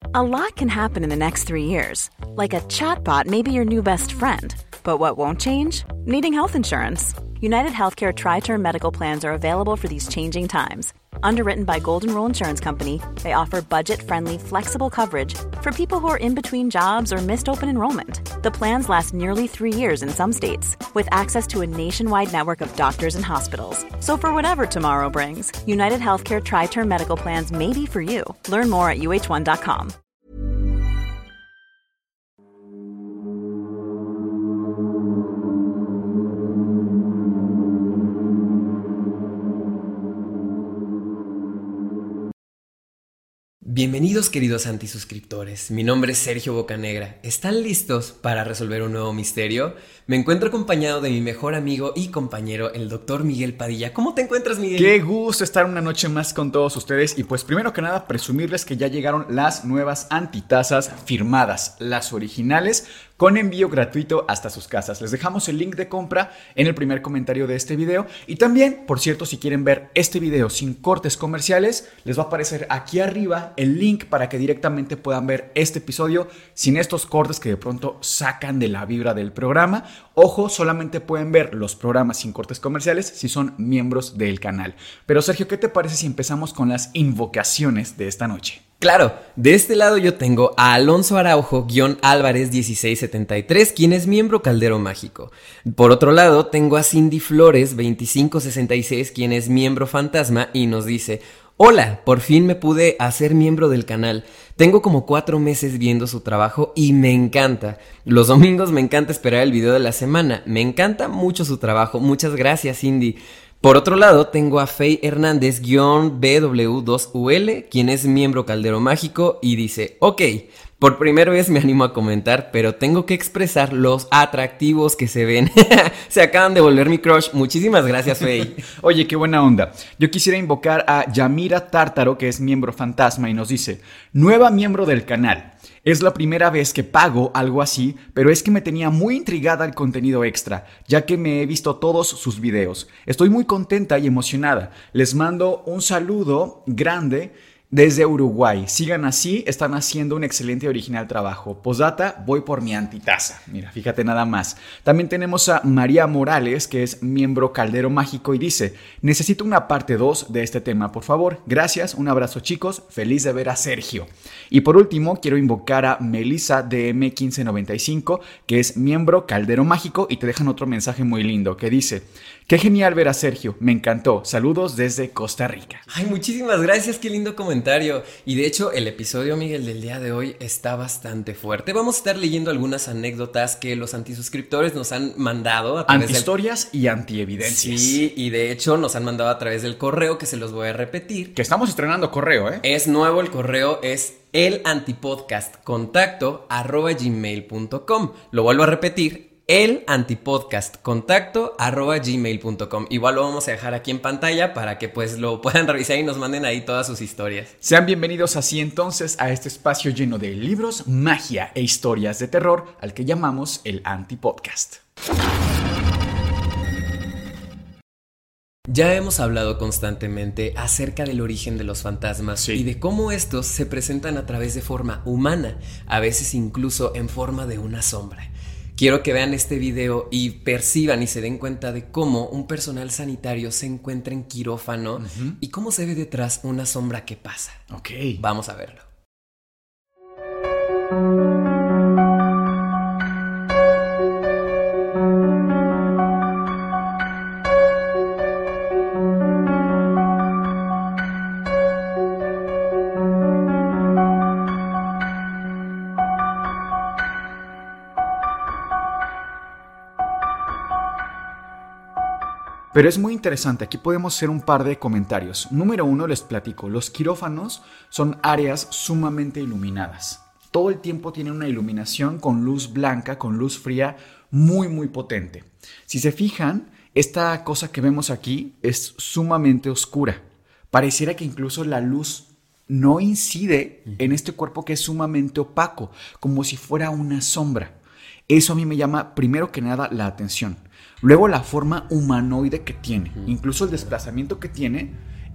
A lot can happen in the next 3 years. Like a chatbot may be your new best friend. But what won't change? Needing health insurance. United Healthcare Tri-Term Medical Plans are available for these changing times. Underwritten by Golden Rule Insurance Company, they offer budget-friendly, flexible coverage for people who are in between jobs or missed open enrollment. The plans last nearly 3 years in some states, with access to a nationwide network of doctors and hospitals. So for whatever tomorrow brings, United Healthcare Tri-Term Medical Plans may be for you. Learn more at uh1.com. Bienvenidos queridos antisuscriptores, mi nombre es Sergio Bocanegra. ¿Están listos para resolver un nuevo misterio? Me encuentro acompañado de mi mejor amigo y compañero, el Dr. Miguel Padilla. ¿Cómo te encuentras, Miguel? Qué gusto estar una noche más con todos ustedes y pues primero que nada presumirles que ya llegaron las nuevas antitazas firmadas, las originales, con envío gratuito hasta sus casas. Les dejamos el link de compra en el primer comentario de este video. Y también, por cierto, si quieren ver este video sin cortes comerciales, les va a aparecer aquí arriba el link para que directamente puedan ver este episodio sin estos cortes que de pronto sacan de la vibra del programa. Ojo, solamente pueden ver los programas sin cortes comerciales si son miembros del canal. Pero Sergio, ¿qué te parece si empezamos con las invocaciones de esta noche? Claro, de este lado yo tengo a Alonso Araujo-Álvarez 1673, quien es miembro Caldero Mágico. Por otro lado, tengo a Cindy Flores 2566, quien es miembro Fantasma y nos dice: hola, por fin me pude hacer miembro del canal. Tengo como 4 meses viendo su trabajo y me encanta. Los domingos me encanta esperar el video de la semana. Me encanta mucho su trabajo. Muchas gracias, Cindy. Por otro lado, tengo a Faye Hernández-BW2UL, quien es miembro Caldero Mágico y dice: ok, por primera vez me animo a comentar, pero tengo que expresar los atractivos que se ven. Se acaban de volver mi crush. Muchísimas gracias, Faye. Oye, qué buena onda. Yo quisiera invocar a Yamira Tártaro, que es miembro Fantasma, y nos dice: nueva miembro del canal. Es la primera vez que pago algo así, pero es que me tenía muy intrigada el contenido extra, ya que me he visto todos sus videos. Estoy muy contenta y emocionada. Les mando un saludo grande desde Uruguay. Sigan así, están haciendo un excelente y original trabajo. Postdata, voy por mi antitaza. Mira, fíjate nada más. También tenemos a María Morales, que es miembro Caldero Mágico y dice: necesito una parte 2 de este tema, por favor. Gracias, un abrazo chicos, feliz de ver a Sergio. Y por último, quiero invocar a Melissa DM1595, que es miembro Caldero Mágico y te dejan otro mensaje muy lindo que dice: qué genial ver a Sergio, me encantó. Saludos desde Costa Rica. Ay, muchísimas gracias, qué lindo comentario. Y de hecho, el episodio, Miguel, del día de hoy está bastante fuerte. Vamos a estar leyendo algunas anécdotas que los antisuscriptores nos han mandado a través Antihistorias y antievidencias. Sí, y de hecho nos han mandado a través del correo, que se los voy a repetir. Que estamos estrenando correo, ¿eh? Es nuevo el correo, es elantipodcast@gmail.com. Lo vuelvo a repetir: elantipodcast@gmail.com. Igual lo vamos a dejar aquí en pantalla para que pues lo puedan revisar y nos manden ahí todas sus historias. Sean bienvenidos así entonces a este espacio lleno de libros, magia e historias de terror al que llamamos el Antipodcast. Ya hemos hablado constantemente acerca del origen de los fantasmas, sí, y de cómo estos se presentan a través de forma humana, a veces incluso en forma de una sombra. Quiero que vean este video y perciban y se den cuenta de cómo un personal sanitario se encuentra en quirófano y cómo se ve detrás una sombra que pasa. Ok. Vamos a verlo. Pero es muy interesante, aquí podemos hacer un par de comentarios. Número 1, les platico, los quirófanos son áreas sumamente iluminadas. Todo el tiempo tienen una iluminación con luz blanca, con luz fría, muy potente. Si se fijan, esta cosa que vemos aquí es sumamente oscura. Pareciera que incluso la luz no incide en este cuerpo que es sumamente opaco, como si fuera una sombra. Eso a mí me llama primero que nada la atención. Luego la forma humanoide que tiene, incluso el desplazamiento que tiene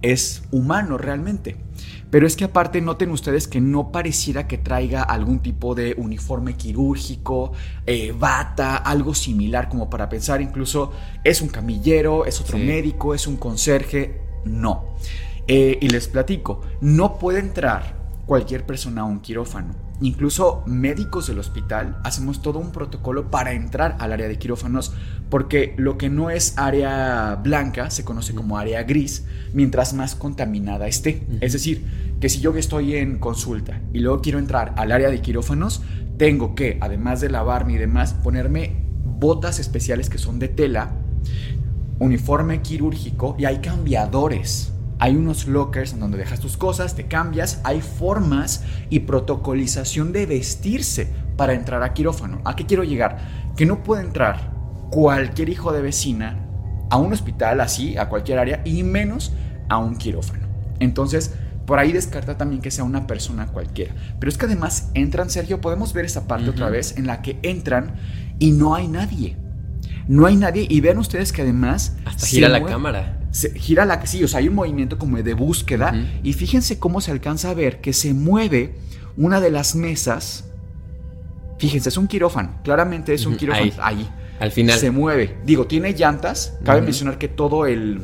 es humano realmente. Pero es que aparte noten ustedes que no pareciera que traiga algún tipo de uniforme quirúrgico, bata, algo similar como para pensar incluso es un camillero, es otro médico, es un conserje. No. Y les platico, no puede entrar cualquier persona a un quirófano. Incluso médicos del hospital hacemos todo un protocolo para entrar al área de quirófanos, porque lo que no es área blanca se conoce como área gris, mientras más contaminada esté. Es decir, que si yo estoy en consulta y luego quiero entrar al área de quirófanos, tengo que, además de lavarme y demás, ponerme botas especiales que son de tela, uniforme quirúrgico, y hay cambiadores. Hay unos lockers en donde dejas tus cosas, te cambias, hay formas y protocolización de vestirse para entrar a quirófano. ¿A qué quiero llegar? Que no puede entrar cualquier hijo de vecina a un hospital así, a cualquier área, y menos a un quirófano. Entonces, por ahí descarta también que sea una persona cualquiera. Pero es que además entran, Sergio, podemos ver esa parte otra vez en la que entran y no hay nadie. No hay nadie, y vean ustedes que además hasta gira la cámara. Sí, o sea, hay un movimiento como de búsqueda, y fíjense cómo se alcanza a ver que se mueve una de las mesas. Fíjense, es un quirófano, claramente es un quirófano. Ahí, al final. Se mueve. Digo, tiene llantas, cabe mencionar que todo el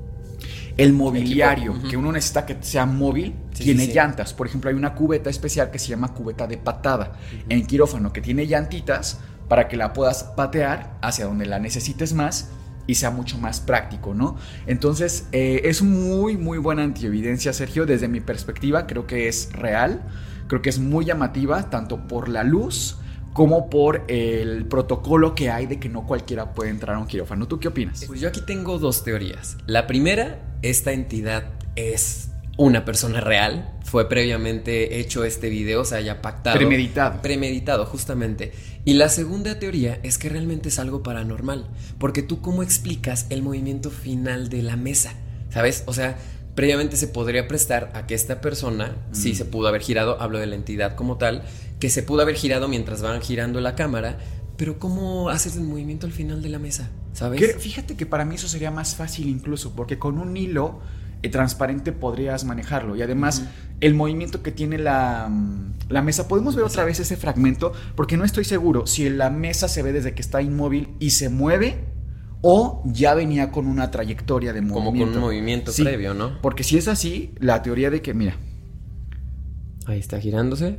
mobiliario que uno necesita que sea móvil tiene llantas. Por ejemplo, hay una cubeta especial que se llama cubeta de patada en quirófano, que tiene llantitas para que la puedas patear hacia donde la necesites más y sea mucho más práctico, ¿no? Entonces, es muy, muy buena antievidencia, Sergio. Desde mi perspectiva, creo que es real. Creo que es muy llamativa, tanto por la luz como por el protocolo que hay de que no cualquiera puede entrar a un quirófano. ¿Tú qué opinas? Pues yo aquí tengo dos teorías. La primera, esta entidad es una persona real. Fue previamente hecho este video, o sea, ya pactado. Premeditado, justamente. Y la segunda teoría es que realmente es algo paranormal. Porque tú, ¿cómo explicas el movimiento final de la mesa? ¿Sabes? O sea, previamente se podría prestar a que esta persona, sí se pudo haber girado, hablo de la entidad como tal, que se pudo haber girado mientras van girando la cámara, pero ¿cómo haces el movimiento al final de la mesa? ¿Sabes? Fíjate que para mí eso sería más fácil incluso, porque con un hilo transparente podrías manejarlo, y además el movimiento que tiene la mesa, podemos ver otra vez ese fragmento, porque no estoy seguro si la mesa se ve desde que está inmóvil y se mueve, o ya venía con una trayectoria de movimiento. Como con un movimiento previo, ¿no? Porque si es así, la teoría de que, mira, ahí está girándose.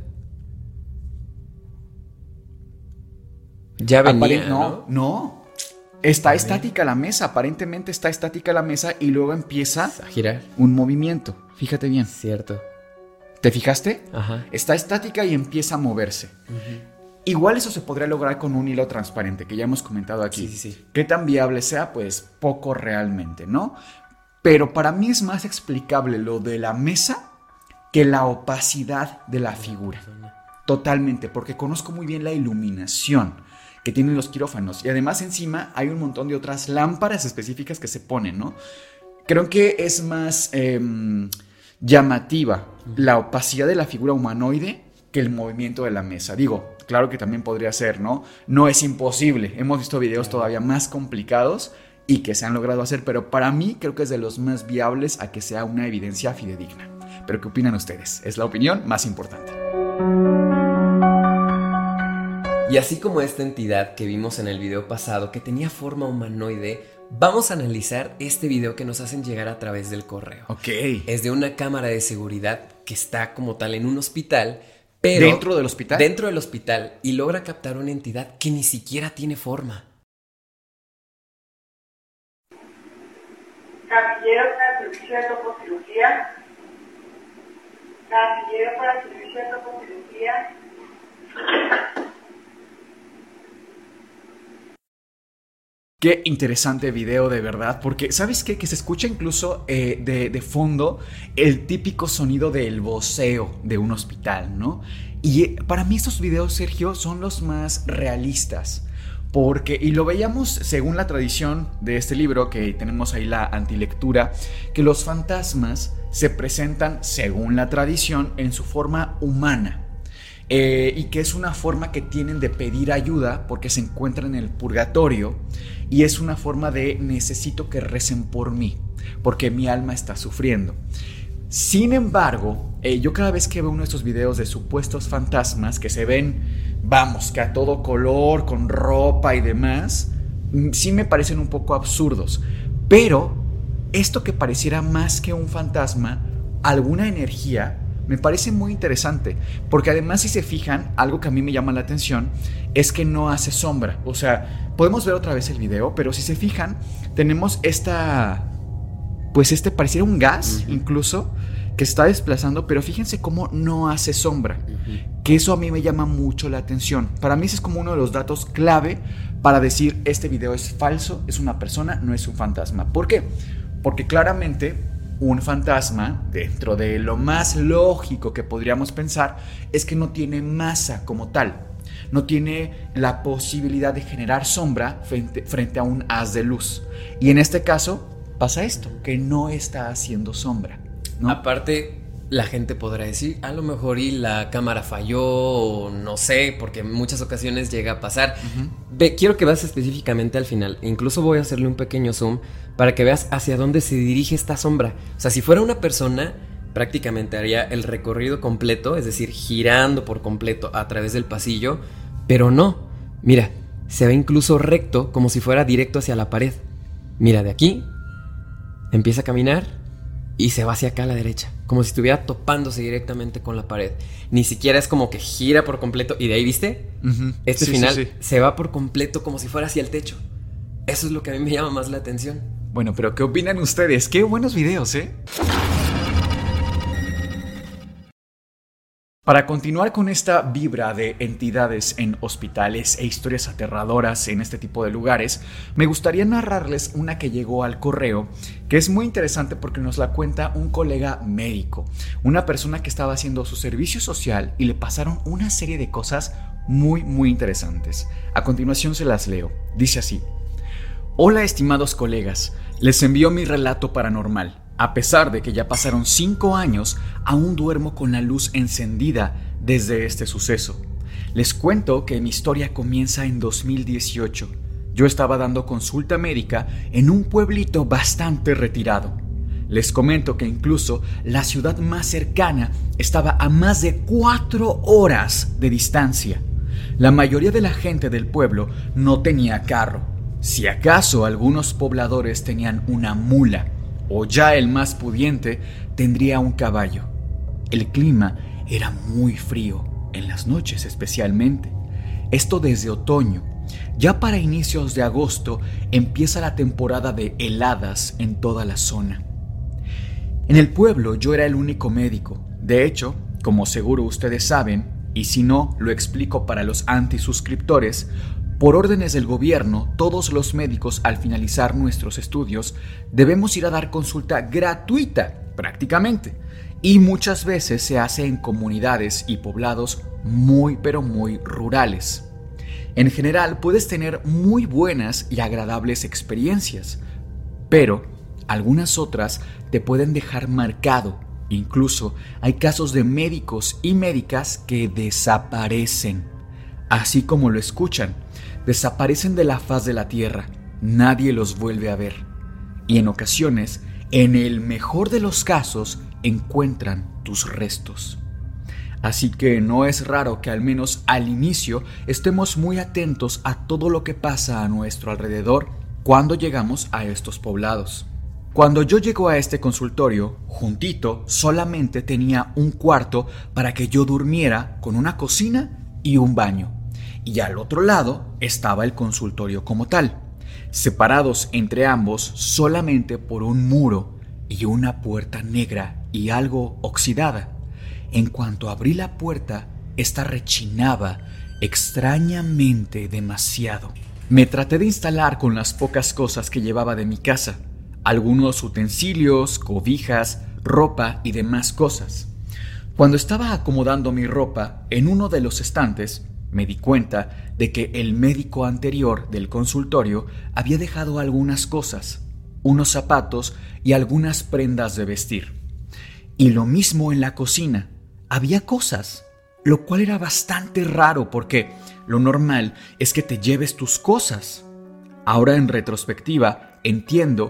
Ya venía, No. Está estática la mesa, aparentemente está estática la mesa, y luego empieza a girar. Un movimiento. Fíjate bien. Cierto. ¿Te fijaste? Ajá. Está estática y empieza a moverse. Igual eso se podría lograr con un hilo transparente, que ya hemos comentado aquí. Sí. ¿Qué tan viable sea? Pues poco realmente, ¿no? Pero para mí es más explicable lo de la mesa que la opacidad de la figura. Totalmente, porque conozco muy bien la iluminación que tienen los quirófanos, y además encima hay un montón de otras lámparas específicas que se ponen, ¿no? Creo que es más llamativa la opacidad de la figura humanoide que el movimiento de la mesa. Digo, claro que también podría ser, ¿no? No es imposible. Hemos visto videos todavía más complicados y que se han logrado hacer, pero para mí creo que es de los más viables a que sea una evidencia fidedigna. ¿Pero qué opinan ustedes? Es la opinión más importante. Y así como esta entidad que vimos en el video pasado, que tenía forma humanoide, vamos a analizar este video que nos hacen llegar a través del correo. Ok. Es de una cámara de seguridad que está como tal en un hospital, pero... ¿Dentro del hospital? Dentro del hospital, y logra captar una entidad que ni siquiera tiene forma. Camillero para servicio de topocirugía. Camillero para servicio de topocirugía. Qué interesante video, de verdad, porque ¿sabes qué? Que se escucha incluso de fondo el típico sonido del voceo de un hospital, ¿no? Y para mí estos videos, Sergio, son los más realistas, porque, y lo veíamos según la tradición de este libro, que tenemos ahí la antilectura, que los fantasmas se presentan, según la tradición, en su forma humana. Y que es una forma que tienen de pedir ayuda porque se encuentran en el purgatorio, y es una forma de necesito que recen por mí. porque mi alma está sufriendo. Sin embargo, yo cada vez que veo uno de estos videos de supuestos fantasmas que se ven, vamos, que a todo color, con ropa y demás, sí me parecen un poco absurdos. Pero esto que pareciera más que un fantasma, alguna energía, me parece muy interesante. Porque además, si se fijan, algo que a mí me llama la atención es que no hace sombra. O sea, podemos ver otra vez el video, pero si se fijan, tenemos pareciera un gas, incluso, que está desplazando, pero fíjense cómo no hace sombra. Que eso a mí me llama mucho la atención. Para mí ese es como uno de los datos clave para decir, este video es falso, es una persona, no es un fantasma. ¿Por qué? Porque claramente un fantasma, dentro de lo más lógico que podríamos pensar, es que no tiene masa como tal. No tiene la posibilidad de generar sombra frente a un haz de luz. Y en este caso pasa esto, que no está haciendo sombra, ¿no? Aparte, la gente podrá decir, a lo mejor y la cámara falló, o no sé, porque en muchas ocasiones llega a pasar. Quiero que veas específicamente al final. Incluso voy a hacerle un pequeño zoom para que veas hacia dónde se dirige esta sombra. O sea, si fuera una persona, prácticamente haría el recorrido completo, es decir, girando por completo a través del pasillo, pero no. Mira, se ve incluso recto, como si fuera directo hacia la pared. Mira, de aquí empieza a caminar y se va hacia acá a la derecha, como si estuviera topándose directamente con la pared. Ni siquiera es como que gira por completo. Y de ahí, ¿viste? Este final se va por completo como si fuera hacia el techo. Eso es lo que a mí me llama más la atención. Bueno, pero ¿qué opinan ustedes? ¡Qué buenos videos, eh! Para continuar con esta vibra de entidades en hospitales e historias aterradoras en este tipo de lugares, me gustaría narrarles una que llegó al correo, que es muy interesante porque nos la cuenta un colega médico, una persona que estaba haciendo su servicio social y le pasaron una serie de cosas muy interesantes. A continuación se las leo. Dice así: Hola estimados colegas, les envío mi relato paranormal. A pesar de que ya pasaron 5 años, aún duermo con la luz encendida desde este suceso. Les cuento que mi historia comienza en 2018. Yo estaba dando consulta médica en un pueblito bastante retirado. Les comento que incluso la ciudad más cercana estaba a más de 4 horas de distancia. La mayoría de la gente del pueblo no tenía carro. Si acaso algunos pobladores tenían una mula, o ya el más pudiente tendría un caballo. El clima era muy frío, en las noches especialmente. Esto desde otoño. Ya para inicios de agosto empieza la temporada de heladas en toda la zona. En el pueblo yo era el único médico. De hecho, como seguro ustedes saben, y si no, lo explico para los antisuscriptores, por órdenes del gobierno, todos los médicos al finalizar nuestros estudios debemos ir a dar consulta gratuita, prácticamente. Y muchas veces se hace en comunidades y poblados muy rurales. En general puedes tener muy buenas y agradables experiencias, pero algunas otras te pueden dejar marcado. Incluso hay casos de médicos y médicas que desaparecen. Así como lo escuchan, desaparecen de la faz de la tierra, nadie los vuelve a ver. Y en ocasiones, en el mejor de los casos, encuentran tus restos. Así que no es raro que al menos al inicio estemos muy atentos a todo lo que pasa a nuestro alrededor cuando llegamos a estos poblados. Cuando yo llego a este consultorio, juntito solamente tenía un cuarto para que yo durmiera con una cocina y un baño. Y al otro lado estaba el consultorio como tal, separados entre ambos solamente por un muro y una puerta negra y algo oxidada. En cuanto abrí la puerta, esta rechinaba extrañamente demasiado. Me traté de instalar con las pocas cosas que llevaba de mi casa, algunos utensilios, cobijas, ropa y demás cosas. Cuando estaba acomodando mi ropa en uno de los estantes, me di cuenta de que el médico anterior del consultorio había dejado algunas cosas, unos zapatos y algunas prendas de vestir. Y lo mismo en la cocina, había cosas, lo cual era bastante raro porque lo normal es que te lleves tus cosas. Ahora en retrospectiva entiendo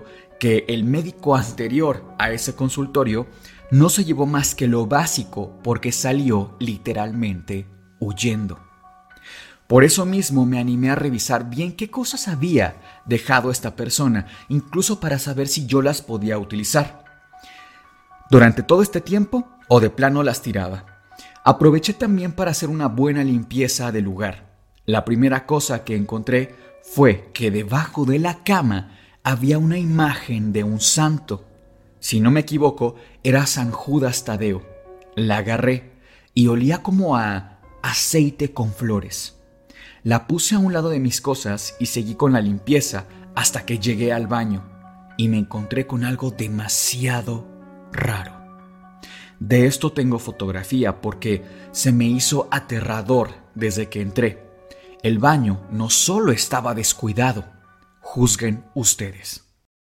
que el médico anterior a ese consultorio no se llevó más que lo básico porque salió literalmente huyendo. Por eso mismo me animé a revisar bien qué cosas había dejado esta persona, incluso para saber si yo las podía utilizar. Durante todo este tiempo, o de plano las tiraba. Aproveché también para hacer una buena limpieza del lugar. La primera cosa que encontré fue que debajo de la cama había una imagen de un santo. Si no me equivoco, era San Judas Tadeo. La agarré y olía como a aceite con flores. La puse a un lado de mis cosas y seguí con la limpieza hasta que llegué al baño y me encontré con algo demasiado raro. De esto tengo fotografía porque se me hizo aterrador desde que entré. El baño no solo estaba descuidado, juzguen ustedes.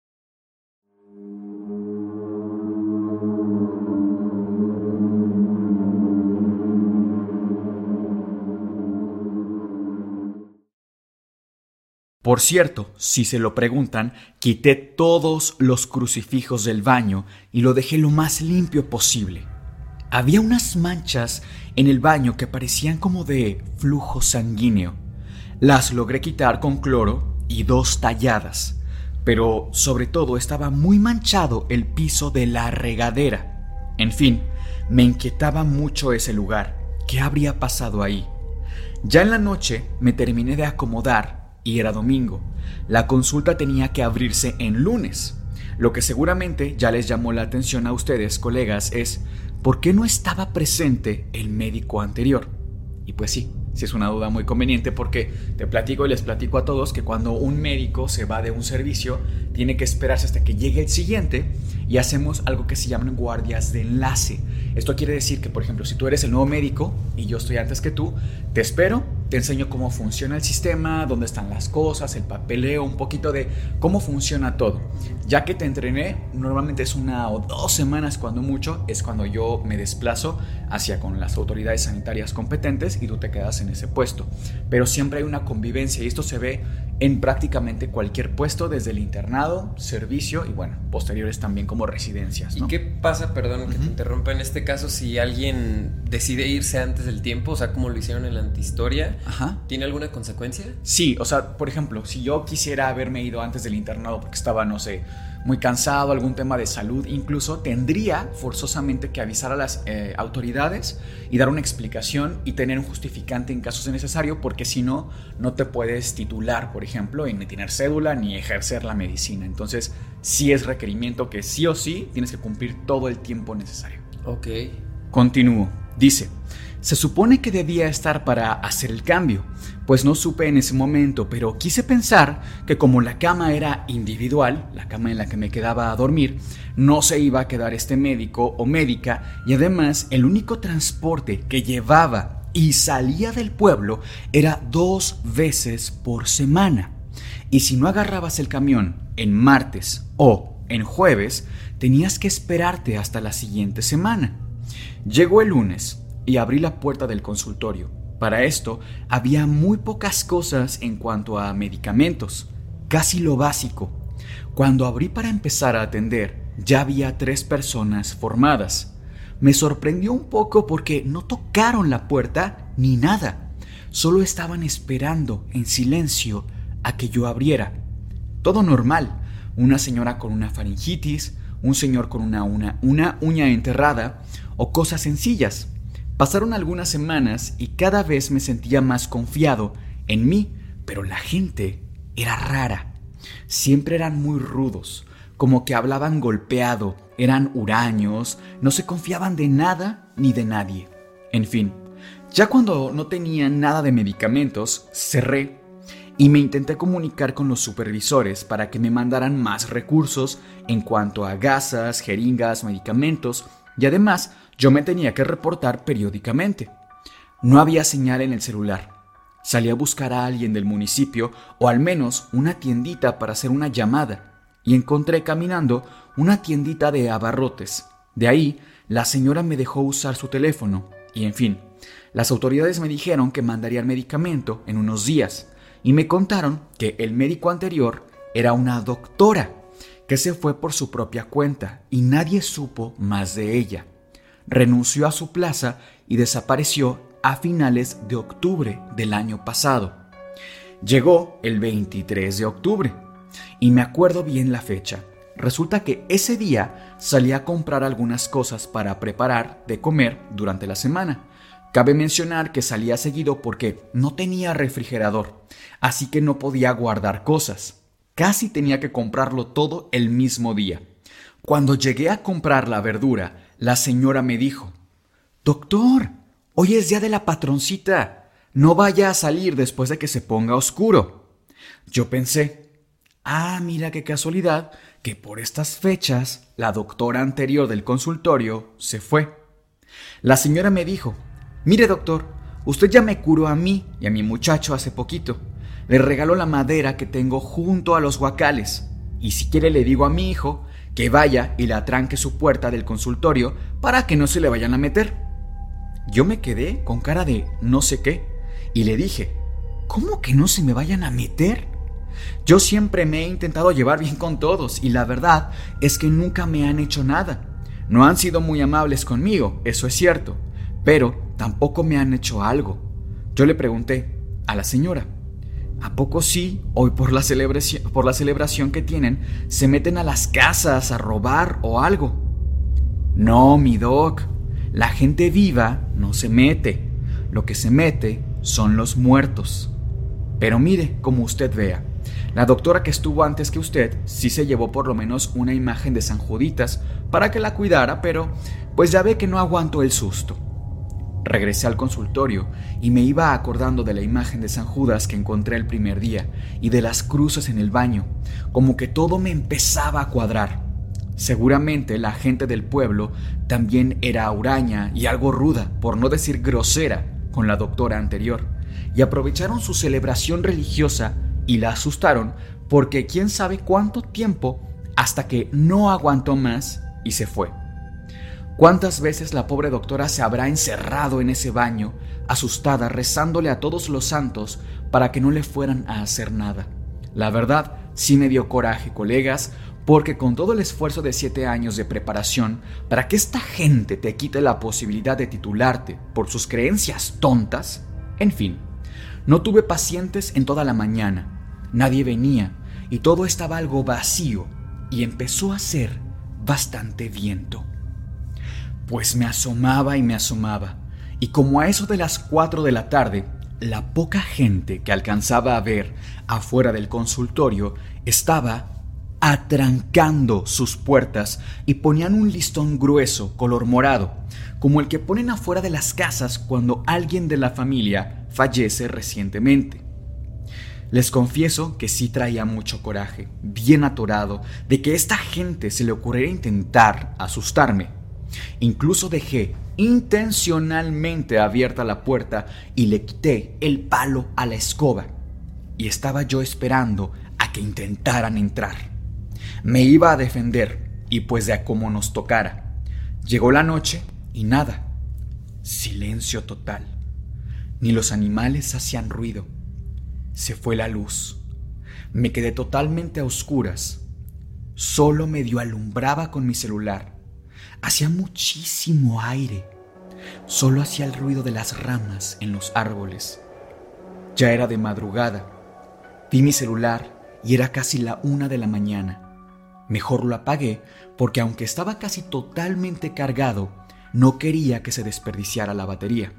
Por cierto, si se lo preguntan, quité todos los crucifijos del baño y lo dejé lo más limpio posible. Había unas manchas en el baño que parecían como de flujo sanguíneo. Las logré quitar con cloro y 2 talladas, pero sobre todo estaba muy manchado el piso de la regadera. En fin, me inquietaba mucho ese lugar. ¿Qué habría pasado ahí? Ya en la noche me terminé de acomodar y era domingo. La consulta tenía que abrirse en lunes. Lo que seguramente ya les llamó la atención a ustedes, colegas, es ¿por qué no estaba presente el médico anterior? Y pues sí es una duda muy conveniente porque te platico y les platico a todos que cuando un médico se va de un servicio tiene que esperarse hasta que llegue el siguiente y hacemos algo que se llaman guardias de enlace. Esto quiere decir que, por ejemplo, si tú eres el nuevo médico y yo estoy antes que tú, te espero, te enseño cómo funciona el sistema, dónde están las cosas, el papeleo, un poquito de cómo funciona todo. Ya que te entrené, normalmente es 1 o 2 semanas cuando mucho, es cuando yo me desplazo hacia con las autoridades sanitarias competentes y tú te quedas en ese puesto. Pero siempre hay una convivencia y esto se ve en prácticamente cualquier puesto, desde el internado, servicio y bueno, posteriores también como residencias, ¿no? ¿Y qué pasa, perdón que te interrumpa, en este caso si alguien decide irse antes del tiempo, o sea, como lo hicieron en la antihistoria? Ajá. ¿Tiene alguna consecuencia? Sí, o sea, por ejemplo, si yo quisiera haberme ido antes del internado porque estaba, no sé, muy cansado, algún tema de salud, incluso tendría forzosamente que avisar a las autoridades y dar una explicación y tener un justificante en caso de necesario, porque si no, no te puedes titular, por ejemplo, y ni tener cédula ni ejercer la medicina. Entonces, sí es requerimiento que sí o sí tienes que cumplir todo el tiempo necesario. Ok. Continúo. Dice: se supone que debía estar para hacer el cambio, pues no supe en ese momento, pero quise pensar que como la cama era individual, la cama en la que me quedaba a dormir, no se iba a quedar este médico o médica y además el único transporte que llevaba y salía del pueblo era 2 veces por semana. Y si no agarrabas el camión en martes o en jueves, tenías que esperarte hasta la siguiente semana. Llegó el lunes y abrí la puerta del consultorio. Para esto había muy pocas cosas en cuanto a medicamentos, casi lo básico. Cuando abrí para empezar a atender, ya había 3 personas formadas. Me sorprendió un poco porque no tocaron la puerta ni nada, solo estaban esperando en silencio a que yo abriera. Todo normal, una señora con una faringitis, un señor con una uña enterrada o cosas sencillas. Pasaron algunas semanas y cada vez me sentía más confiado en mí, pero la gente era rara. Siempre eran muy rudos, como que hablaban golpeado, eran huraños, no se confiaban de nada ni de nadie. En fin, ya cuando no tenía nada de medicamentos, cerré y me intenté comunicar con los supervisores para que me mandaran más recursos en cuanto a gasas, jeringas, medicamentos y además yo me tenía que reportar periódicamente. No había señal en el celular. Salí a buscar a alguien del municipio o al menos una tiendita para hacer una llamada y encontré caminando una tiendita de abarrotes. De ahí, la señora me dejó usar su teléfono y en fin, las autoridades me dijeron que mandarían medicamento en unos días y me contaron que el médico anterior era una doctora que se fue por su propia cuenta y nadie supo más de ella. Renunció a su plaza y desapareció a finales de octubre del año pasado. Llegó el 23 de octubre y me acuerdo bien la fecha. Resulta que ese día salí a comprar algunas cosas para preparar de comer durante la semana. Cabe mencionar que salía seguido porque no tenía refrigerador, así que no podía guardar cosas. Casi tenía que comprarlo todo el mismo día. Cuando llegué a comprar la verdura, la señora me dijo: «Doctor, hoy es día de la patroncita. No vaya a salir después de que se ponga oscuro». Yo pensé: mira qué casualidad que por estas fechas la doctora anterior del consultorio se fue. La señora me dijo: «Mire, doctor, usted ya me curó a mí y a mi muchacho hace poquito. Le regaló la madera que tengo junto a los guacales. Y si quiere le digo a mi hijo que vaya y le atranque su puerta del consultorio para que no se le vayan a meter». Yo me quedé con cara de no sé qué y le dije: «¿Cómo que no se me vayan a meter? Yo siempre me he intentado llevar bien con todos y la verdad es que nunca me han hecho nada. No han sido muy amables conmigo, eso es cierto, pero tampoco me han hecho algo». Yo le pregunté a la señora: «¿A poco sí, hoy por la celebración que tienen, se meten a las casas a robar o algo?» «No, mi doc, la gente viva no se mete. Lo que se mete son los muertos. Pero mire, como usted vea, la doctora que estuvo antes que usted sí se llevó por lo menos una imagen de San Juditas para que la cuidara, pero pues ya ve que no aguantó el susto». Regresé al consultorio y me iba acordando de la imagen de San Judas que encontré el primer día y de las cruces en el baño, como que todo me empezaba a cuadrar. Seguramente la gente del pueblo también era huraña y algo ruda, por no decir grosera, con la doctora anterior, y aprovecharon su celebración religiosa y la asustaron porque quién sabe cuánto tiempo, hasta que no aguantó más y se fue. ¿Cuántas veces la pobre doctora se habrá encerrado en ese baño, asustada, rezándole a todos los santos para que no le fueran a hacer nada? La verdad, sí me dio coraje, colegas, porque con todo el esfuerzo de 7 años de preparación para que esta gente te quite la posibilidad de titularte por sus creencias tontas, en fin, no tuve pacientes en toda la mañana, nadie venía y todo estaba algo vacío y empezó a hacer bastante viento. Pues me asomaba y como a eso de las 4 de la tarde, la poca gente que alcanzaba a ver afuera del consultorio estaba atrancando sus puertas y ponían un listón grueso color morado, como el que ponen afuera de las casas cuando alguien de la familia fallece recientemente. Les confieso que sí traía mucho coraje, bien atorado, de que esta gente se le ocurriera intentar asustarme. Incluso dejé intencionalmente abierta la puerta y le quité el palo a la escoba. Y estaba yo esperando a que intentaran entrar. Me iba a defender y pues de a como nos tocara. Llegó la noche y nada. Silencio total. Ni los animales hacían ruido. Se fue la luz. Me quedé totalmente a oscuras. Solo medio alumbraba con mi celular. Hacía muchísimo aire. Solo hacía el ruido de las ramas en los árboles. Ya era de madrugada. Vi mi celular y era casi la 1 de la mañana. Mejor lo apagué porque aunque estaba casi totalmente cargado, no quería que se desperdiciara la batería.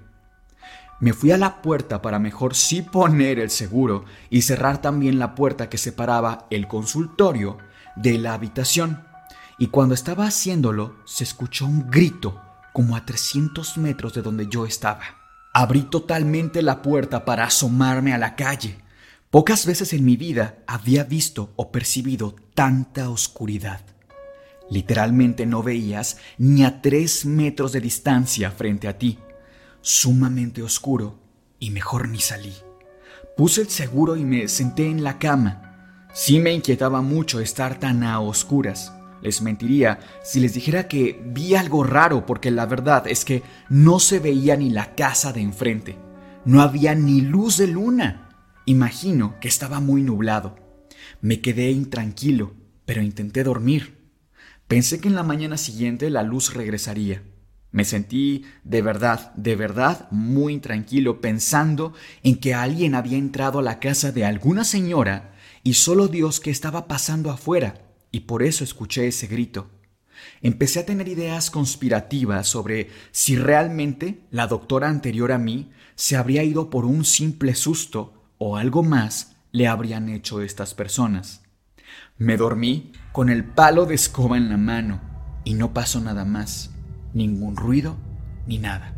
Me fui a la puerta para mejor sí poner el seguro y cerrar también la puerta que separaba el consultorio de la habitación. Y cuando estaba haciéndolo, se escuchó un grito como a 300 metros de donde yo estaba. Abrí totalmente la puerta para asomarme a la calle. Pocas veces en mi vida había visto o percibido tanta oscuridad. Literalmente no veías ni a 3 metros de distancia frente a ti. Sumamente oscuro y mejor ni salí. Puse el seguro y me senté en la cama. Sí me inquietaba mucho estar tan a oscuras. Les mentiría si les dijera que vi algo raro porque la verdad es que no se veía ni la casa de enfrente. No había ni luz de luna. Imagino que estaba muy nublado. Me quedé intranquilo pero intenté dormir. Pensé que en la mañana siguiente la luz regresaría. Me sentí de verdad muy intranquilo pensando en que alguien había entrado a la casa de alguna señora y solo Dios qué estaba pasando afuera, y por eso escuché ese grito. Empecé a tener ideas conspirativas sobre si realmente la doctora anterior a mí se habría ido por un simple susto o algo más le habrían hecho estas personas. Me dormí con el palo de escoba en la mano y no pasó nada más, ningún ruido ni nada.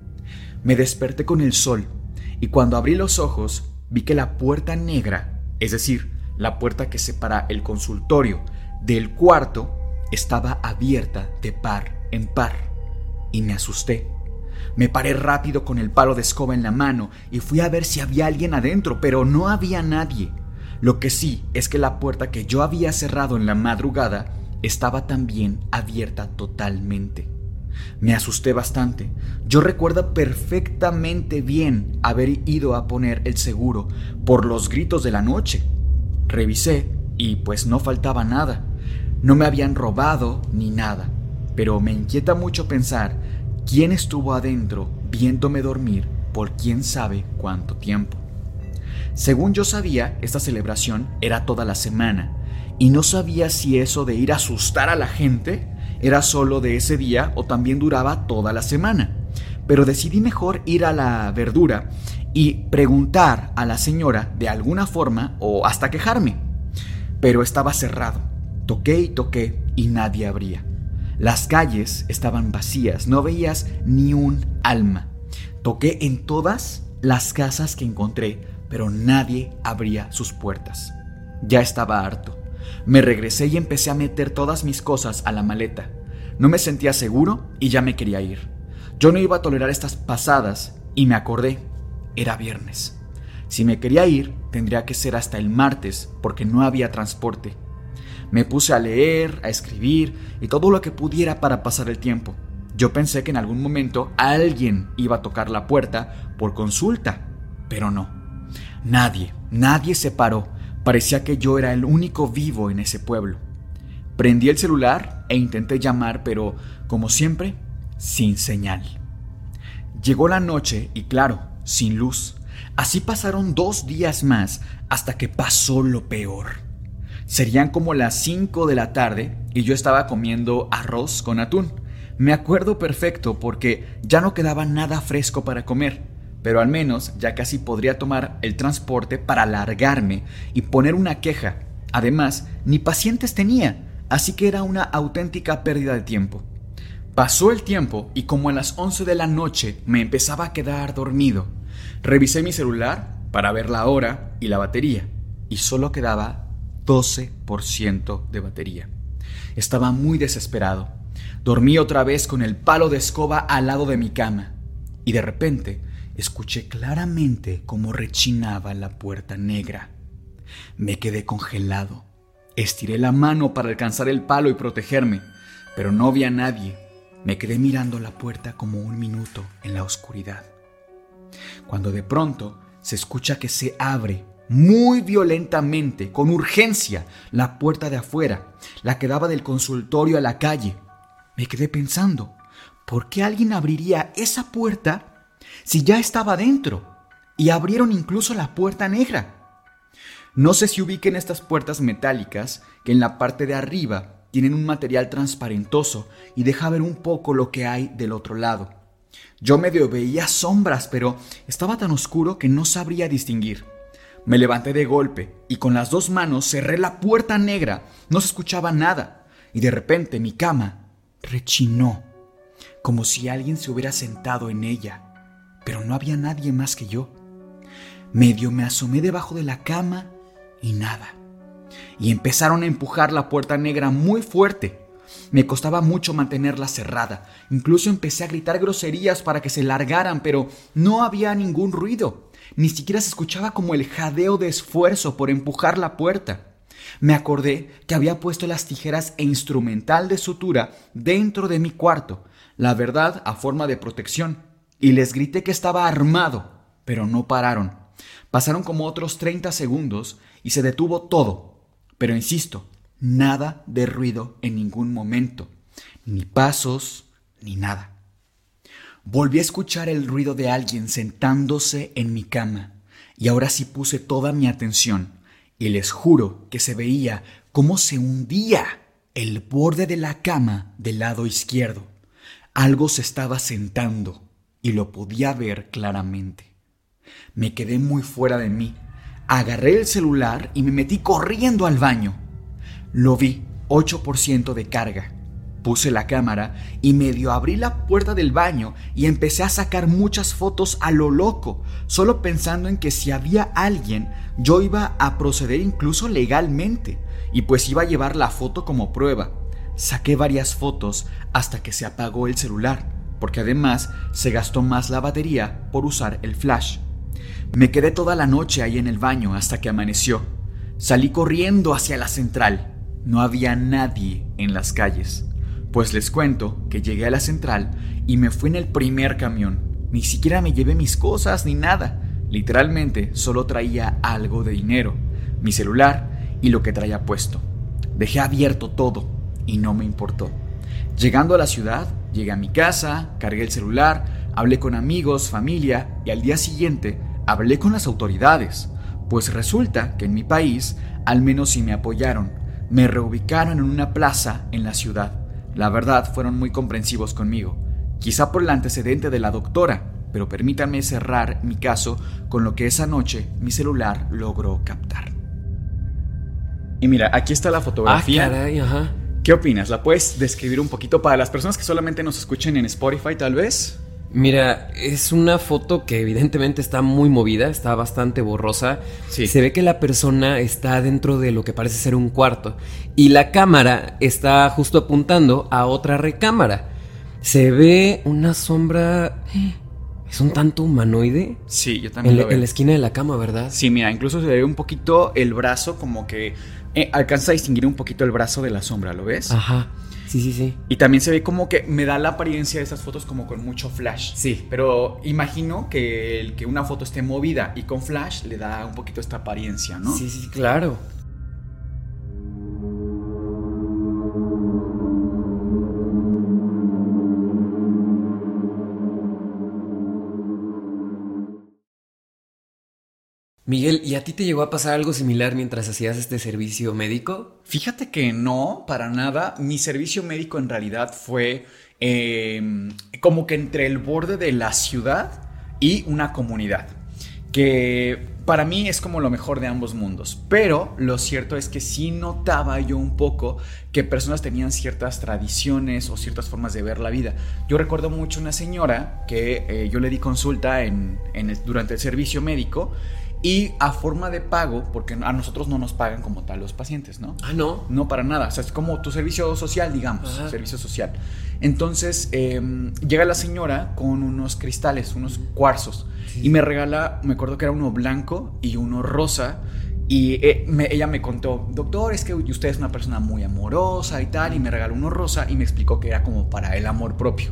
Me desperté con el sol y cuando abrí los ojos vi que la puerta negra, es decir, la puerta que separa el consultorio del cuarto, estaba abierta de par en par y me asusté. Me paré rápido con el palo de escoba en la mano y fui a ver si había alguien adentro, pero no había nadie. Lo que sí es que la puerta que yo había cerrado en la madrugada estaba también abierta totalmente. Me asusté bastante. Yo recuerdo perfectamente bien haber ido a poner el seguro por los gritos de la noche. Revisé y pues no faltaba nada. No me habían robado ni nada, pero me inquieta mucho pensar quién estuvo adentro viéndome dormir por quién sabe cuánto tiempo. Según yo sabía, esta celebración era toda la semana y no sabía si eso de ir a asustar a la gente era solo de ese día o también duraba toda la semana. Pero decidí mejor ir a la verdura y preguntar a la señora de alguna forma o hasta quejarme. Pero estaba cerrado. Toqué y toqué y nadie abría. Las calles estaban vacías, no veías ni un alma. Toqué en todas las casas que encontré, pero nadie abría sus puertas. Ya estaba harto. Me regresé y empecé a meter todas mis cosas a la maleta. No me sentía seguro y ya me quería ir. Yo no iba a tolerar estas pasadas y me acordé, era viernes. Si me quería ir, tendría que ser hasta el martes porque no había transporte. Me puse a leer, a escribir y todo lo que pudiera para pasar el tiempo. Yo pensé que en algún momento alguien iba a tocar la puerta por consulta, pero no. Nadie se paró. Parecía que yo era el único vivo en ese pueblo. Prendí el celular e intenté llamar, pero, como siempre, sin señal. Llegó la noche y, claro, sin luz. Así pasaron 2 días más hasta que pasó lo peor. Serían como las 5 de la tarde y yo estaba comiendo arroz con atún. Me acuerdo perfecto porque ya no quedaba nada fresco para comer, pero al menos ya casi podría tomar el transporte para largarme y poner una queja. Además, ni pacientes tenía, así que era una auténtica pérdida de tiempo. Pasó el tiempo y como a las 11 de la noche me empezaba a quedar dormido. Revisé mi celular para ver la hora y la batería y solo quedaba 12% de batería. Estaba muy desesperado. Dormí otra vez con el palo de escoba al lado de mi cama y de repente escuché claramente cómo rechinaba la puerta negra. Me quedé congelado. Estiré la mano para alcanzar el palo y protegerme, pero no vi a nadie. Me quedé mirando la puerta como 1 minuto en la oscuridad, cuando de pronto se escucha que se abre muy violentamente, con urgencia, la puerta de afuera, la que daba del consultorio a la calle. Me quedé pensando, ¿por qué alguien abriría esa puerta si ya estaba dentro? Y abrieron incluso la puerta negra. No sé si ubiquen estas puertas metálicas que en la parte de arriba tienen un material transparentoso y deja ver un poco lo que hay del otro lado. Yo medio veía sombras, pero estaba tan oscuro que no sabría distinguir. Me levanté de golpe y con las 2 manos cerré la puerta negra. No se escuchaba nada y de repente mi cama rechinó, como si alguien se hubiera sentado en ella, pero no había nadie más que yo. Medio me asomé debajo de la cama y nada. Y empezaron a empujar la puerta negra muy fuerte. Me costaba mucho mantenerla cerrada. Incluso empecé a gritar groserías para que se largaran, pero no había ningún ruido. Ni siquiera se escuchaba como el jadeo de esfuerzo por empujar la puerta. Me acordé que había puesto las tijeras e instrumental de sutura dentro de mi cuarto, la verdad a forma de protección, y les grité que estaba armado, pero no pararon. Pasaron como otros 30 segundos y se detuvo todo, pero insisto, Nada de ruido en ningún momento, ni pasos, ni nada. Volví a escuchar el ruido de alguien sentándose en mi cama y ahora sí puse toda mi atención y les juro que se veía cómo se hundía el borde de la cama del lado izquierdo. Algo se estaba sentando y lo podía ver claramente. Me quedé muy fuera de mí. Agarré el celular y me metí corriendo al baño. Lo vi, 8% de carga. Puse la cámara y medio abrí la puerta del baño y empecé a sacar muchas fotos a lo loco, solo pensando en que si había alguien, yo iba a proceder incluso legalmente y pues iba a llevar la foto como prueba. Saqué varias fotos hasta que se apagó el celular, porque además se gastó más la batería por usar el flash. Me quedé toda la noche ahí en el baño hasta que amaneció. Salí corriendo hacia la central. No había nadie en las calles. Pues les cuento que llegué a la central y me fui en el primer camión. Ni siquiera me llevé mis cosas ni nada. Literalmente solo traía algo de dinero, mi celular y lo que traía puesto. Dejé abierto todo y no me importó. Llegando a la ciudad, llegué a mi casa, cargué el celular, hablé con amigos, familia y al día siguiente hablé con las autoridades. Pues resulta que en mi país al menos sí me apoyaron. Me reubicaron en una plaza en la ciudad. La verdad, fueron muy comprensivos conmigo, quizá por el antecedente de la doctora, pero permítanme cerrar mi caso con lo que esa noche mi celular logró captar. Y mira, aquí está la fotografía. Ah, caray, ajá. ¿Qué opinas? ¿La puedes describir un poquito para las personas que solamente nos escuchen en Spotify, tal vez? Mira, es una foto que evidentemente está muy movida, está bastante borrosa. Sí. Se ve que la persona está dentro de lo que parece ser un cuarto y la cámara está justo apuntando a otra recámara. Se ve una sombra... ¿Es un tanto humanoide? Sí, yo también lo veo. En la esquina de la cama, ¿verdad? Sí, mira, incluso se ve un poquito el brazo, como que alcanza a distinguir un poquito el brazo de la sombra, ¿lo ves? Ajá. Sí. Y también se ve como que me da la apariencia de estas fotos como con mucho flash. Sí. Pero imagino que que una foto esté movida y con flash le da un poquito esta apariencia, ¿no? Sí, claro. Miguel, ¿y a ti te llegó a pasar algo similar mientras hacías este servicio médico? Fíjate que no, para nada. Mi servicio médico en realidad fue como que entre el borde de la ciudad y una comunidad, que para mí es como lo mejor de ambos mundos. Pero lo cierto es que sí notaba yo un poco que personas tenían ciertas tradiciones o ciertas formas de ver la vida. Yo recuerdo mucho una señora que yo le di consulta durante el servicio médico. Y a forma de pago, porque a nosotros no nos pagan como tal los pacientes, ¿no? Ah, ¿no? No, para nada. O sea, es como tu servicio social, digamos. Ajá. Servicio social. Entonces, llega la señora con unos cristales, unos cuarzos. Sí. Y me regala, me acuerdo que era uno blanco y uno rosa. Y ella me contó, doctor, es que usted es una persona muy amorosa y tal. Y me regaló uno rosa y me explicó que era como para el amor propio.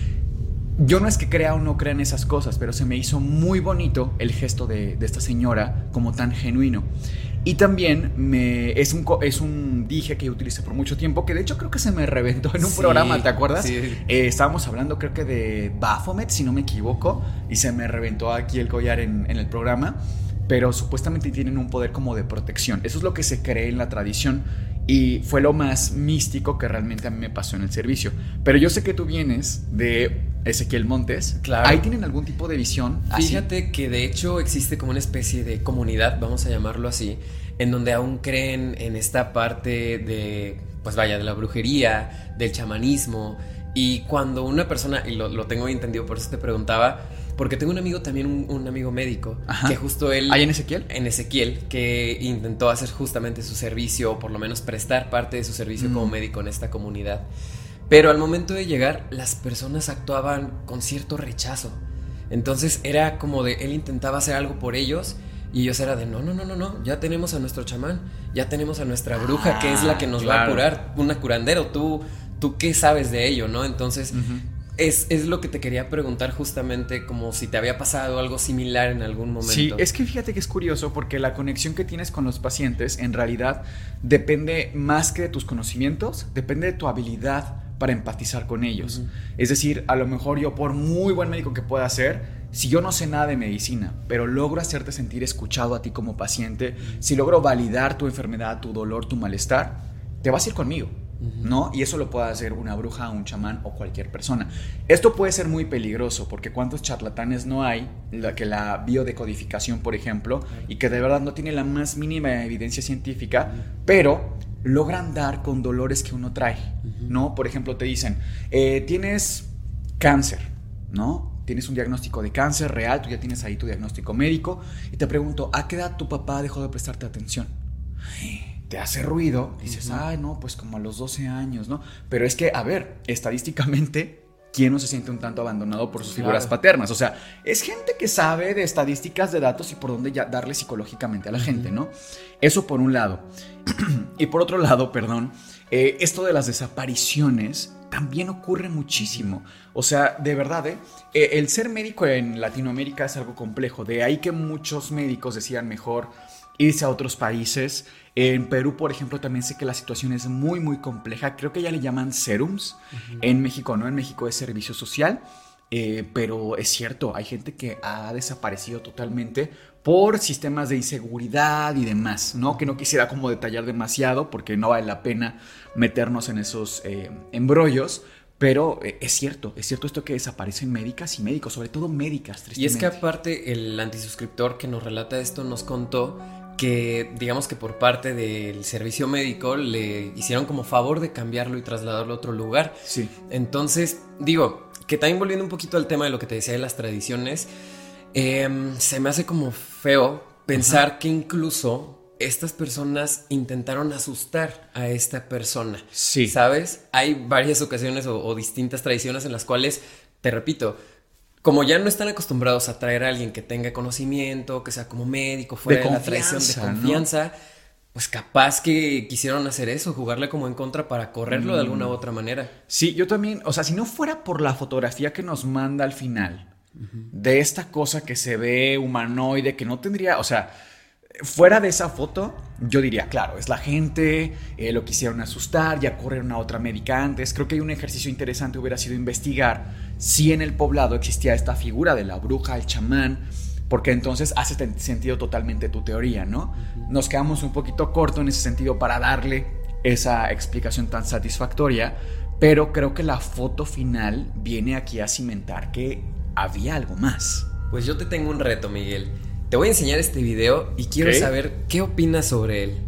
Yo no es que crea o no crea en esas cosas, pero se me hizo muy bonito el gesto de esta señora, como tan genuino. Y también es un dije que yo utilicé por mucho tiempo, que de hecho creo que se me reventó en un programa, ¿te acuerdas? Sí. Estábamos hablando creo que de Baphomet, si no me equivoco, y se me reventó aquí el collar en el programa, pero supuestamente tienen un poder como de protección. Eso es lo que se cree en la tradición. Y fue lo más místico que realmente a mí me pasó en el servicio. Pero yo sé que tú vienes de Ezequiel Montes. Claro. ¿Ahí tienen algún tipo de visión así? Fíjate que de hecho existe como una especie de comunidad, vamos a llamarlo así, en donde aún creen en esta parte de, pues vaya, de la brujería, del chamanismo. Y cuando una persona, y lo tengo entendido, por eso te preguntaba, porque tengo un amigo también, un amigo médico. Ajá. Que justo él... ¿Ahí en Ezequiel? En Ezequiel, que intentó hacer justamente su servicio, o por lo menos prestar parte de su servicio como médico en esta comunidad. Pero al momento de llegar, las personas actuaban con cierto rechazo. Entonces era como de, él intentaba hacer algo por ellos, y ellos era de, no, ya tenemos a nuestro chamán, ya tenemos a nuestra bruja, que es la que nos va a curar, una curandero, tú qué sabes de ello, ¿no? Entonces... Es lo que te quería preguntar justamente, como si te había pasado algo similar en algún momento. Sí, es que fíjate que es curioso porque la conexión que tienes con los pacientes en realidad depende más que de tus conocimientos, depende de tu habilidad para empatizar con ellos. Es decir, a lo mejor yo, por muy buen médico que pueda ser, si yo no sé nada de medicina, pero logro hacerte sentir escuchado a ti como paciente, si logro validar tu enfermedad, tu dolor, tu malestar, te vas a ir conmigo, ¿no? Y eso lo puede hacer una bruja, un chamán o cualquier persona. Esto puede ser muy peligroso porque cuántos charlatanes no hay, que la biodecodificación, por ejemplo, y que de verdad no tiene la más mínima evidencia científica, pero logran dar con dolores que uno trae, ¿no? Por ejemplo, te dicen, tienes cáncer, ¿no? Tienes un diagnóstico de cáncer real, tú ya tienes ahí tu diagnóstico médico, y te pregunto, ¿a qué edad tu papá dejó de prestarte atención? Te hace ruido, dices, ay, no, pues como a los 12 años, ¿no? Pero es que, a ver, estadísticamente, ¿quién no se siente un tanto abandonado por sus figuras paternas? O sea, es gente que sabe de estadísticas, de datos y por dónde ya darle psicológicamente a la gente, ¿no? Eso por un lado. Y por otro lado, perdón, esto de las desapariciones también ocurre muchísimo. O sea, de verdad, el ser médico en Latinoamérica es algo complejo. De ahí que muchos médicos decían mejor irse a otros países. En Perú, por ejemplo, también sé que la situación es muy, muy compleja. Creo que ya le llaman serums. En México, ¿no? En México es servicio social. Pero es cierto, hay gente que ha desaparecido totalmente por sistemas de inseguridad y demás, ¿no? Que no quisiera como detallar demasiado porque no vale la pena meternos en esos embrollos. Pero es cierto esto que desaparecen médicas y médicos, sobre todo médicas, tristemente. Y es que aparte el antisuscriptor que nos relata esto nos contó que digamos que por parte del servicio médico le hicieron como favor de cambiarlo y trasladarlo a otro lugar. Sí. Entonces, digo, que también volviendo un poquito al tema de lo que te decía de las tradiciones, se me hace como feo pensar que incluso estas personas intentaron asustar a esta persona. Sí. ¿Sabes? Hay varias ocasiones o distintas tradiciones en las cuales, te repito, como ya no están acostumbrados a traer a alguien que tenga conocimiento, que sea como médico, fuera de la tradición de confianza, ¿no? Pues capaz que quisieron hacer eso, jugarle como en contra para correrlo de alguna u otra manera. Sí, yo también, o sea, si no fuera por la fotografía que nos manda al final, de esta cosa que se ve humanoide, que no tendría, o sea, fuera de esa foto, yo diría, claro, es la gente, lo quisieron asustar, ya corrieron a otra médica antes. Creo que hay un ejercicio interesante hubiera sido investigar si en el poblado existía esta figura de la bruja, el chamán, porque entonces hace sentido totalmente tu teoría, ¿no? Nos quedamos un poquito corto en ese sentido para darle esa explicación tan satisfactoria, pero creo que la foto final viene aquí a cimentar que había algo más. Pues yo te tengo un reto, Miguel. Te voy a enseñar este video y quiero saber qué opinas sobre él.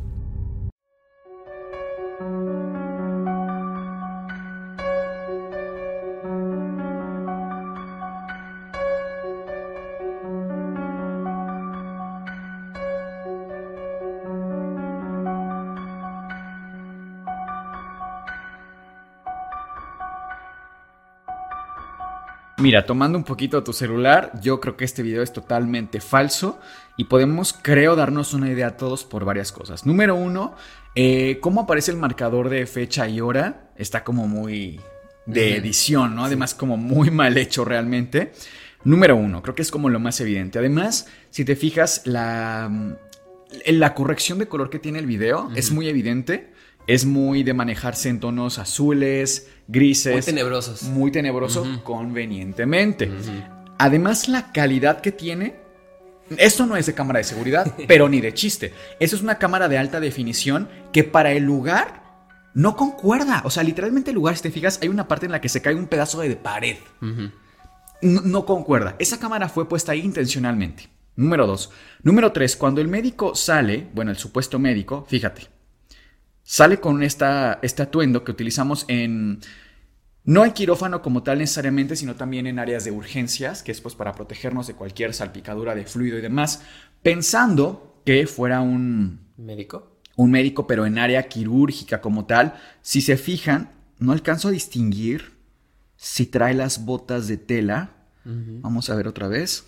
Mira, tomando un poquito tu celular, yo creo que este video es totalmente falso y podemos, creo, darnos una idea todos por varias cosas. Número uno, cómo aparece el marcador de fecha y hora, está como muy de edición, ¿no? Además, como muy mal hecho realmente. Número uno, creo que es como lo más evidente. Además, si te fijas, la corrección de color que tiene el video es muy evidente. Es muy de manejarse en tonos azules, grises. Muy tenebrosos. Muy tenebroso, convenientemente. Además, la calidad que tiene. Esto no es de cámara de seguridad, pero ni de chiste. Eso es una cámara de alta definición que para el lugar no concuerda. O sea, literalmente el lugar, si te fijas, hay una parte en la que se cae un pedazo de pared. No concuerda. Esa cámara fue puesta ahí intencionalmente. Número 2. Número 3. Cuando el médico sale, bueno, el supuesto médico, fíjate. Sale con este atuendo que utilizamos no en quirófano como tal necesariamente, sino también en áreas de urgencias, que es pues para protegernos de cualquier salpicadura de fluido y demás, pensando que fuera un ¿médico? Un médico, pero en área quirúrgica como tal. Si se fijan, no alcanzo a distinguir si trae las botas de tela. Vamos a ver otra vez.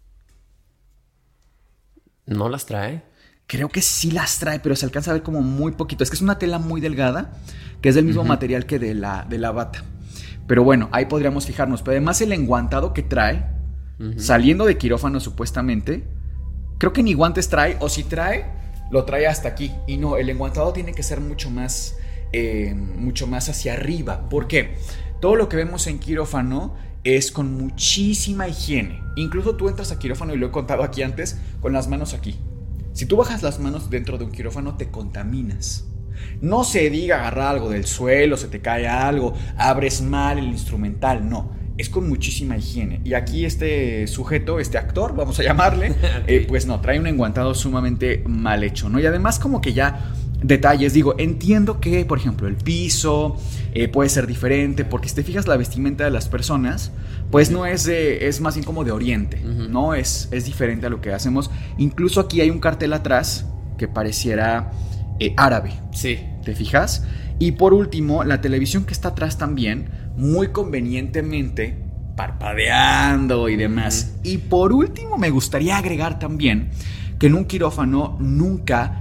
¿No las trae? Creo que sí las trae, pero se alcanza a ver como muy poquito. Es que es una tela muy delgada, que es del mismo material que de la bata. Pero bueno, ahí podríamos fijarnos. Pero además el enguantado que trae, saliendo de quirófano supuestamente, creo que ni guantes trae, o si trae, lo trae hasta aquí. Y no, el enguantado tiene que ser mucho más hacia arriba. ¿Por qué? Todo lo que vemos en quirófano es con muchísima higiene. Incluso tú entras a quirófano, y lo he contado aquí antes, con las manos aquí. Si tú bajas las manos dentro de un quirófano, te contaminas. No se diga agarrar algo del suelo, se te cae algo, abres mal el instrumental, no. Es con muchísima higiene. Y aquí este sujeto, este actor, vamos a llamarle, pues no, trae un enguantado sumamente mal hecho, ¿no? Y además como que ya detalles, digo, entiendo que, por ejemplo, el piso puede ser diferente, porque si te fijas la vestimenta de las personas, pues no es más bien como de oriente, ¿no? Es diferente a lo que hacemos. Incluso aquí hay un cartel atrás que pareciera árabe. Sí. ¿Te fijas? Y por último, la televisión que está atrás también, muy convenientemente parpadeando y demás. Y por último, me gustaría agregar también que en un quirófano nunca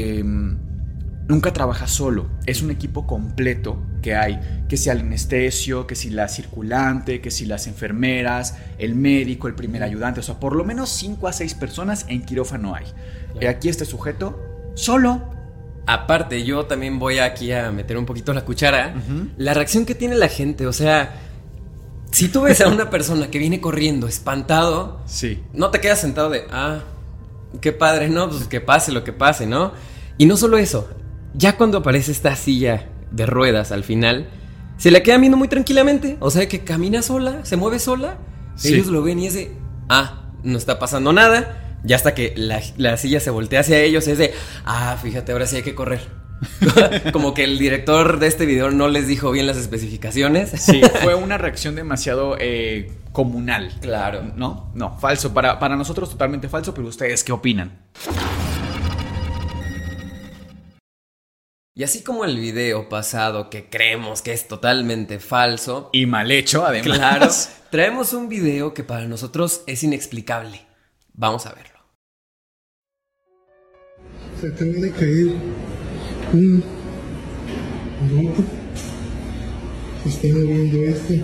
trabaja solo. Es un equipo completo que hay, que si el anestesio, que si la circulante, que si las enfermeras, el médico, el primer ayudante. O sea, por lo menos 5 a 6 personas en quirófano hay. Y aquí este sujeto solo. Aparte, yo también voy aquí a meter un poquito la cuchara. La reacción que tiene la gente, o sea, si tú ves a una persona que viene corriendo, espantado, sí, no te quedas sentado de, qué padre, ¿no? Pues que pase lo que pase, ¿no? Y no solo eso, ya cuando aparece esta silla de ruedas al final, se la quedan viendo muy tranquilamente. O sea, que camina sola, se mueve sola. Sí. Ellos lo ven y es de, no está pasando nada. Ya hasta que la silla se voltea hacia ellos, es de, fíjate, ahora sí hay que correr. Como que el director de este video no les dijo bien las especificaciones. Sí, fue una reacción demasiado comunal. Claro. ¿No? No, falso. Para nosotros totalmente falso, pero ¿ustedes qué opinan? Y así como el video pasado que creemos que es totalmente falso y mal hecho, además. Claro, traemos un video que para nosotros es inexplicable. Vamos a verlo. Se acaba de caer un grupo. Se está moviendo esto.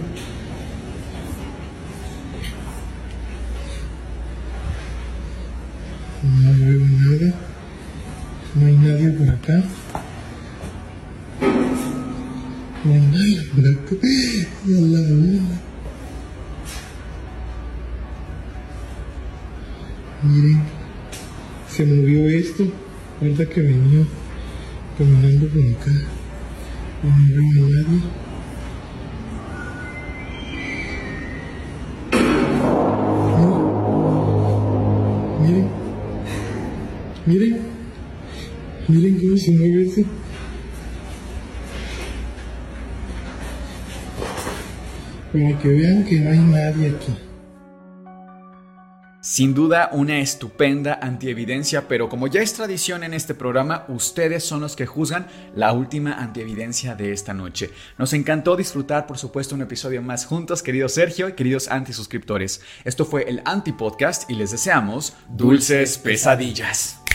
No veo nada. No hay nadie por acá. No hay nadie por acá. A la una. Miren, se movió esto. Ahorita que venía caminando por acá. No veo a nadie. No. Miren cómo se mueve eso. Para que vean que no hay nadie aquí. Sin duda una estupenda antievidencia, pero como ya es tradición en este programa, ustedes son los que juzgan la última antievidencia de esta noche. Nos encantó disfrutar, por supuesto, un episodio más juntos, querido Sergio y queridos antisuscriptores. Esto fue el Antipodcast y les deseamos dulces pesadillas.